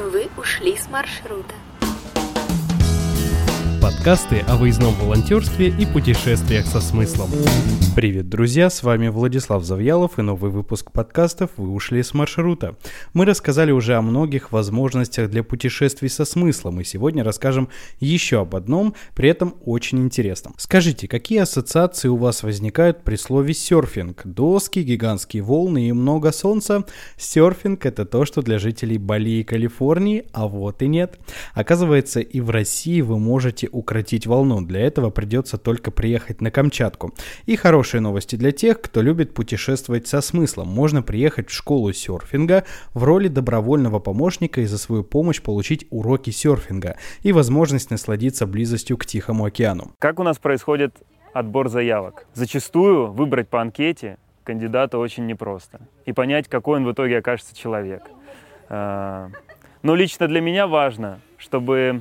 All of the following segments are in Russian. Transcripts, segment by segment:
Вы ушли с маршрута. Подкасты о выездном волонтерстве и путешествиях со смыслом. Привет, друзья, с вами Владислав Завьялов и новый выпуск подкастов «Вы ушли с маршрута». Мы рассказали уже о многих возможностях для путешествий со смыслом, и сегодня расскажем еще об одном, при этом очень интересном. Скажите, какие ассоциации у вас возникают при слове серфинг? Доски, гигантские волны и много солнца? Серфинг — это то, что для жителей Бали и Калифорнии, а вот и нет. Оказывается, и в России вы можете укротить волну. Для этого придется только приехать на Камчатку. И хорошие новости для тех, кто любит путешествовать со смыслом. Можно приехать в школу серфинга в роли добровольного помощника и за свою помощь получить уроки серфинга и возможность насладиться близостью к Тихому океану. Как у нас происходит отбор заявок? Зачастую выбрать по анкете кандидата очень непросто. И понять, какой он в итоге окажется человек. Но лично для меня важно, чтобы...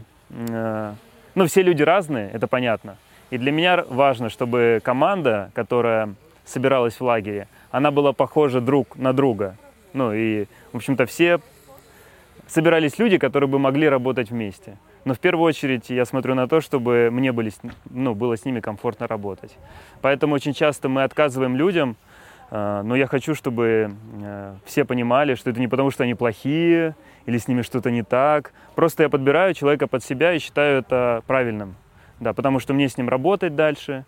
все люди разные, это понятно. И для меня важно, чтобы команда, которая собиралась в лагере, она была похожа друг на друга. В общем-то, все собирались люди, которые бы могли работать вместе. Но в первую очередь я смотрю на то, чтобы мне было с ними комфортно работать. Поэтому очень часто мы отказываем людям, но я хочу, чтобы все понимали, что это не потому, что они плохие или с ними что-то не так. Просто я подбираю человека под себя и считаю это правильным. Да, потому что мне с ним работать дальше,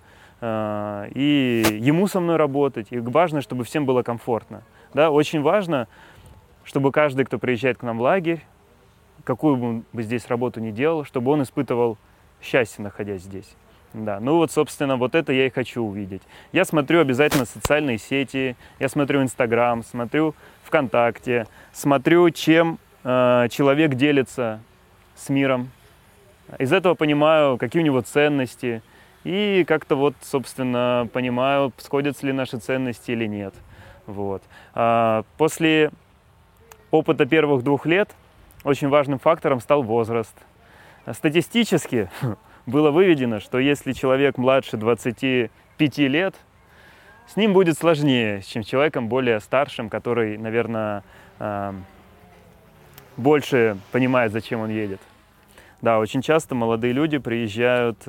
и ему со мной работать. И важно, чтобы всем было комфортно. Да, очень важно, чтобы каждый, кто приезжает к нам в лагерь, какую бы он здесь работу ни делал, чтобы он испытывал счастье, находясь здесь. Да, собственно, это я и хочу увидеть. Я смотрю обязательно социальные сети, я смотрю Инстаграм, смотрю ВКонтакте, смотрю, чем человек делится с миром. Из этого понимаю, какие у него ценности, и как-то собственно, понимаю, сходятся ли наши ценности или нет. После опыта первых 2 лет очень важным фактором стал возраст. Статистически было выведено, что если человек младше 25 лет, с ним будет сложнее, чем с человеком более старшим, который, наверное, больше понимает, зачем он едет. Да, очень часто молодые люди приезжают,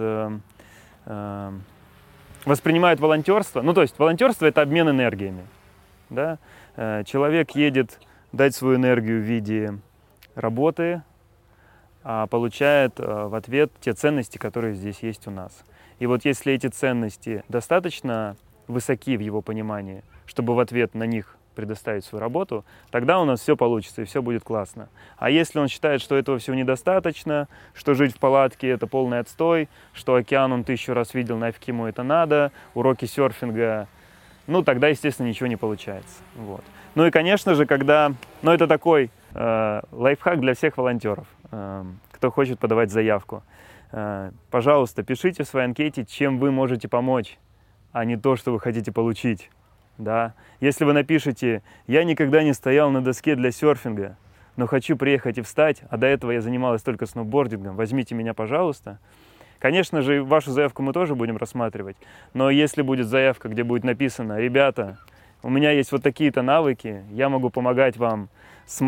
воспринимают волонтерство. Волонтерство — это обмен энергиями. Да? Человек едет дать свою энергию в виде работы, а получает в ответ те ценности, которые здесь есть у нас. И если эти ценности достаточно высоки в его понимании, чтобы в ответ на них предоставить свою работу, тогда у нас все получится и все будет классно. А если он считает, что этого всего недостаточно, что жить в палатке — это полный отстой, что океан он 1000 раз видел, нафиг ему это надо, уроки серфинга, тогда, естественно, ничего не получается. И, конечно же, это такой лайфхак для всех волонтеров, кто хочет подавать заявку. Пожалуйста, пишите в своей анкете, чем вы можете помочь, а не то, что вы хотите получить. Да? Если вы напишете: «Я никогда не стоял на доске для серфинга, но хочу приехать и встать, а до этого я занималась только сноубордингом, возьмите меня, пожалуйста». Конечно же, вашу заявку мы тоже будем рассматривать, но если будет заявка, где будет написано: «Ребята, у меня есть такие-то навыки, я могу помогать вам с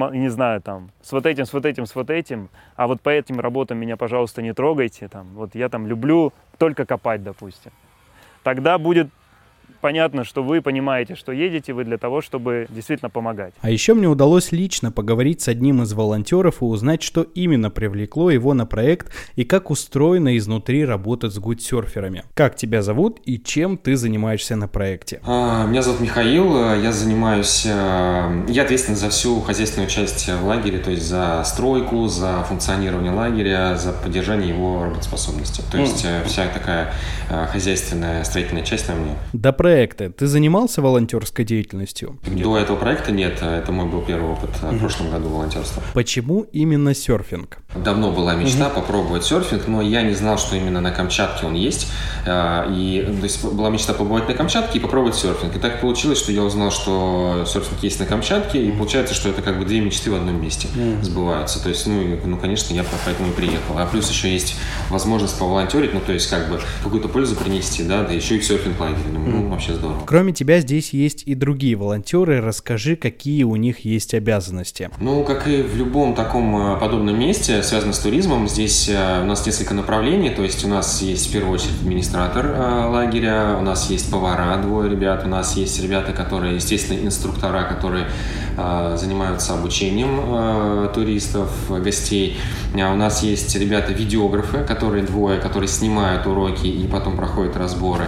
этим, а по этим работам меня, пожалуйста, не трогайте, я люблю только копать», допустим. Тогда будет понятно, что вы понимаете, что едете вы для того, чтобы действительно помогать. А еще мне удалось лично поговорить с одним из волонтеров и узнать, что именно привлекло его на проект и как устроено изнутри работать с гуд-серферами. Как тебя зовут и чем ты занимаешься на проекте? Меня зовут Михаил, я ответственен за всю хозяйственную часть в лагере, то есть за стройку, за функционирование лагеря, за поддержание его работоспособности. То есть вся такая хозяйственная строительная часть на мне. До проекта ты занимался волонтерской деятельностью? До этого проекта нет, это мой был первый опыт в прошлом году волонтерства. Почему именно серфинг? Давно была мечта попробовать серфинг, но я не знал, что именно на Камчатке он есть. То есть была мечта побывать на Камчатке и попробовать серфинг. И так получилось, что я узнал, что серфинг есть на Камчатке, и получается, что это 2 мечты в одном месте сбываются. То есть, конечно, я поэтому и приехал. А плюс еще есть возможность поволонтерить, какую-то пользу принести, да еще и в серфинг-лагере. вообще здорово. Кроме тебя здесь есть и другие волонтеры. Расскажи, какие у них есть обязанности. Ну, как и в любом таком подобном месте, связанном с туризмом, здесь у нас несколько направлений. То есть у нас есть в первую очередь администратор лагеря, у нас есть повара, 2 ребят, у нас есть ребята, которые, естественно, инструктора, которые занимаются обучением туристов, гостей. У нас есть ребята-видеографы, которые 2, которые снимают уроки и потом проходят разборы.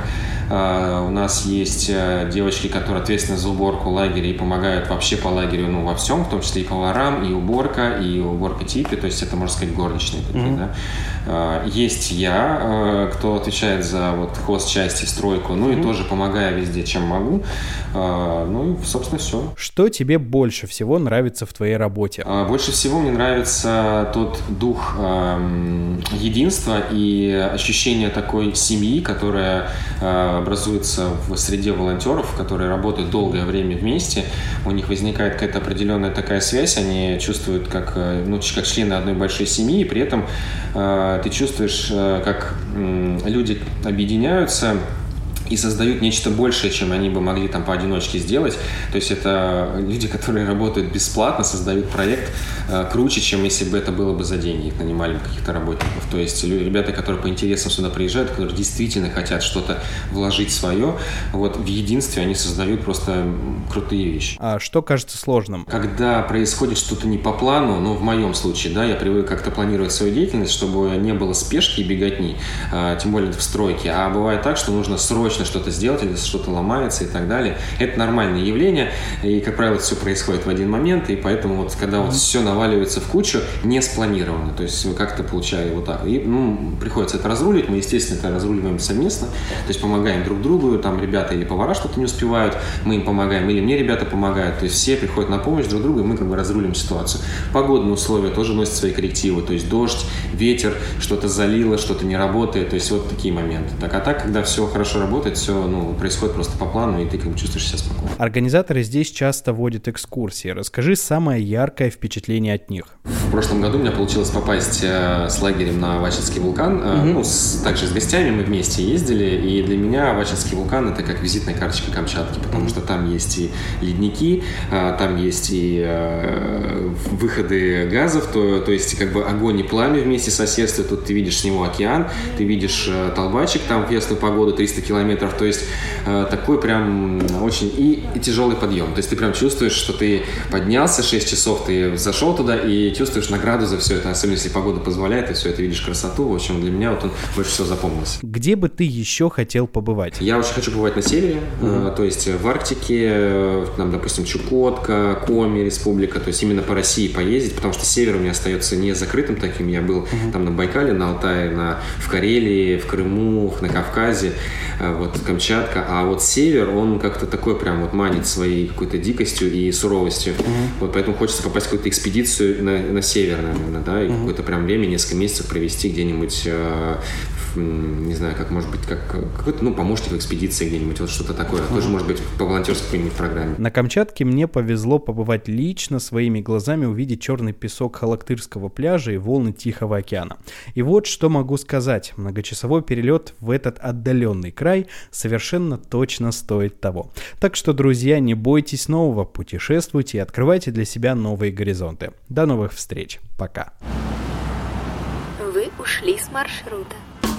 У нас есть девочки, которые ответственны за уборку лагеря и помогают вообще по лагерю, ну, во всем, в том числе и поварам, и уборка типи, то есть это, можно сказать, горничные такие, да. Есть я, кто отвечает за вот хозчасть и стройку, ну и тоже помогаю везде, чем могу. Ну и, собственно, все. Что тебе больше всего нравится в твоей работе? Больше всего мне нравится тот дух единства и ощущение такой семьи, которая образуется в среде волонтеров, которые работают долгое время вместе. У них возникает какая-то определенная такая связь, они чувствуют как члены одной большой семьи, и при этом ты чувствуешь, как люди объединяются и создают нечто большее, чем они бы могли там поодиночке сделать. То есть это люди, которые работают бесплатно, создают проект круче, чем если бы это было бы за деньги, их нанимали бы каких-то работников. То есть ребята, которые по интересам сюда приезжают, которые действительно хотят что-то вложить свое, вот в единстве они создают просто крутые вещи. А что кажется сложным? Когда происходит что-то не по плану, ну, в моем случае, да, я привык как-то планировать свою деятельность, чтобы не было спешки и беготни, тем более в стройке. А бывает так, что нужно срочно что-то сделать, или что-то ломается и так далее. Это нормальное явление, и, как правило, все происходит в один момент, и поэтому вот, когда вот все наваливается в кучу, не спланировано, то есть вы как-то получали вот так. И, приходится это разруливать, мы, естественно, это разруливаем совместно, то есть помогаем друг другу, там ребята или повара что-то не успевают, мы им помогаем, или мне ребята помогают, то есть все приходят на помощь друг другу, и мы как бы разрулим ситуацию. Погодные условия тоже носят свои коррективы, то есть дождь, ветер, что-то залило, что-то не работает, то есть вот такие моменты. А так, когда все хорошо работает, все происходит просто по плану, и ты как бы чувствуешь себя спокойно. Организаторы здесь часто водят экскурсии. Расскажи самое яркое впечатление от них. В прошлом году у меня получилось попасть с лагерем на Авачинский вулкан. Также с гостями мы вместе ездили, и для меня Авачинский вулкан — это как визитная карточка Камчатки, потому что там есть и ледники, там есть и выходы газов, то есть как бы огонь и пламя вместе соседствуют. Тут ты видишь с него океан, ты видишь Толбачик там в ясную погоду 300 километров, то есть такой прям очень и тяжелый подъем. То есть ты прям чувствуешь, что ты поднялся 6 часов, ты зашел туда и чувствуешь награду за все это, особенно если погода позволяет, и все это видишь красоту. В общем, для меня вот он больше всего запомнился. Где бы ты еще хотел побывать? Я очень хочу побывать на севере, то есть в Арктике, там, допустим, Чукотка, Коми, республика, то есть именно по России поездить, потому что север у меня остается не закрытым таким. Я был там на Байкале, на Алтае, в Карелии, в Крыму, на Кавказе, вот Камчатка, а вот север, он как-то такой прям вот манит своей какой-то дикостью и суровостью. Вот поэтому хочется попасть в какую-то экспедицию на север, наверное, да, и какое-то прям время, несколько месяцев провести где-нибудь, не знаю, как может быть, как какой-то, помощник в экспедиции где-нибудь, вот что-то такое. Тоже может быть по волонтерской какой-нибудь программе. На Камчатке мне повезло побывать лично, своими глазами увидеть черный песок Халактырского пляжа и волны Тихого океана. И вот что могу сказать. Многочасовой перелет в этот отдаленный край совершенно точно стоит того. Так что, друзья, не бойтесь нового, путешествуйте и открывайте для себя новые горизонты. До новых встреч. Пока. Вы ушли с маршрута.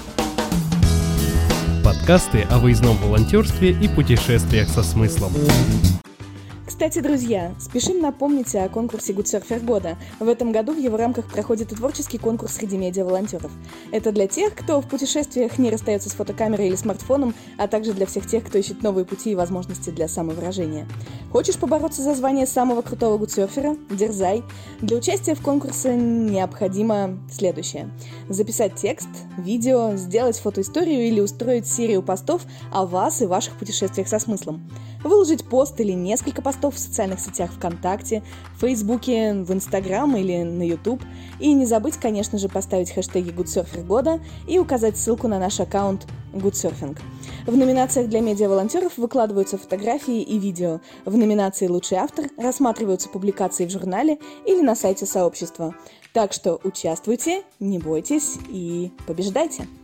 Подкасты о выездном волонтерстве и путешествиях со смыслом. Кстати, друзья, спешим напомнить о конкурсе «Гудсерфер года». В этом году в его рамках проходит и творческий конкурс среди медиа-волонтеров. Это для тех, кто в путешествиях не расстается с фотокамерой или смартфоном, а также для всех тех, кто ищет новые пути и возможности для самовыражения. Хочешь побороться за звание самого крутого гудсерфера? Дерзай! Для участия в конкурсе необходимо следующее. Записать текст, видео, сделать фотоисторию или устроить серию постов о вас и ваших путешествиях со смыслом. Выложить пост или несколько постов в социальных сетях ВКонтакте, в Фейсбуке, в Инстаграм или на Ютуб. И не забыть, конечно же, поставить хэштеги «Гудсерфер года» и указать ссылку на наш аккаунт «Гудсерфинг». В номинациях для медиа-волонтеров выкладываются фотографии и видео. В номинации «Лучший автор» рассматриваются публикации в журнале или на сайте сообщества. Так что участвуйте, не бойтесь и побеждайте!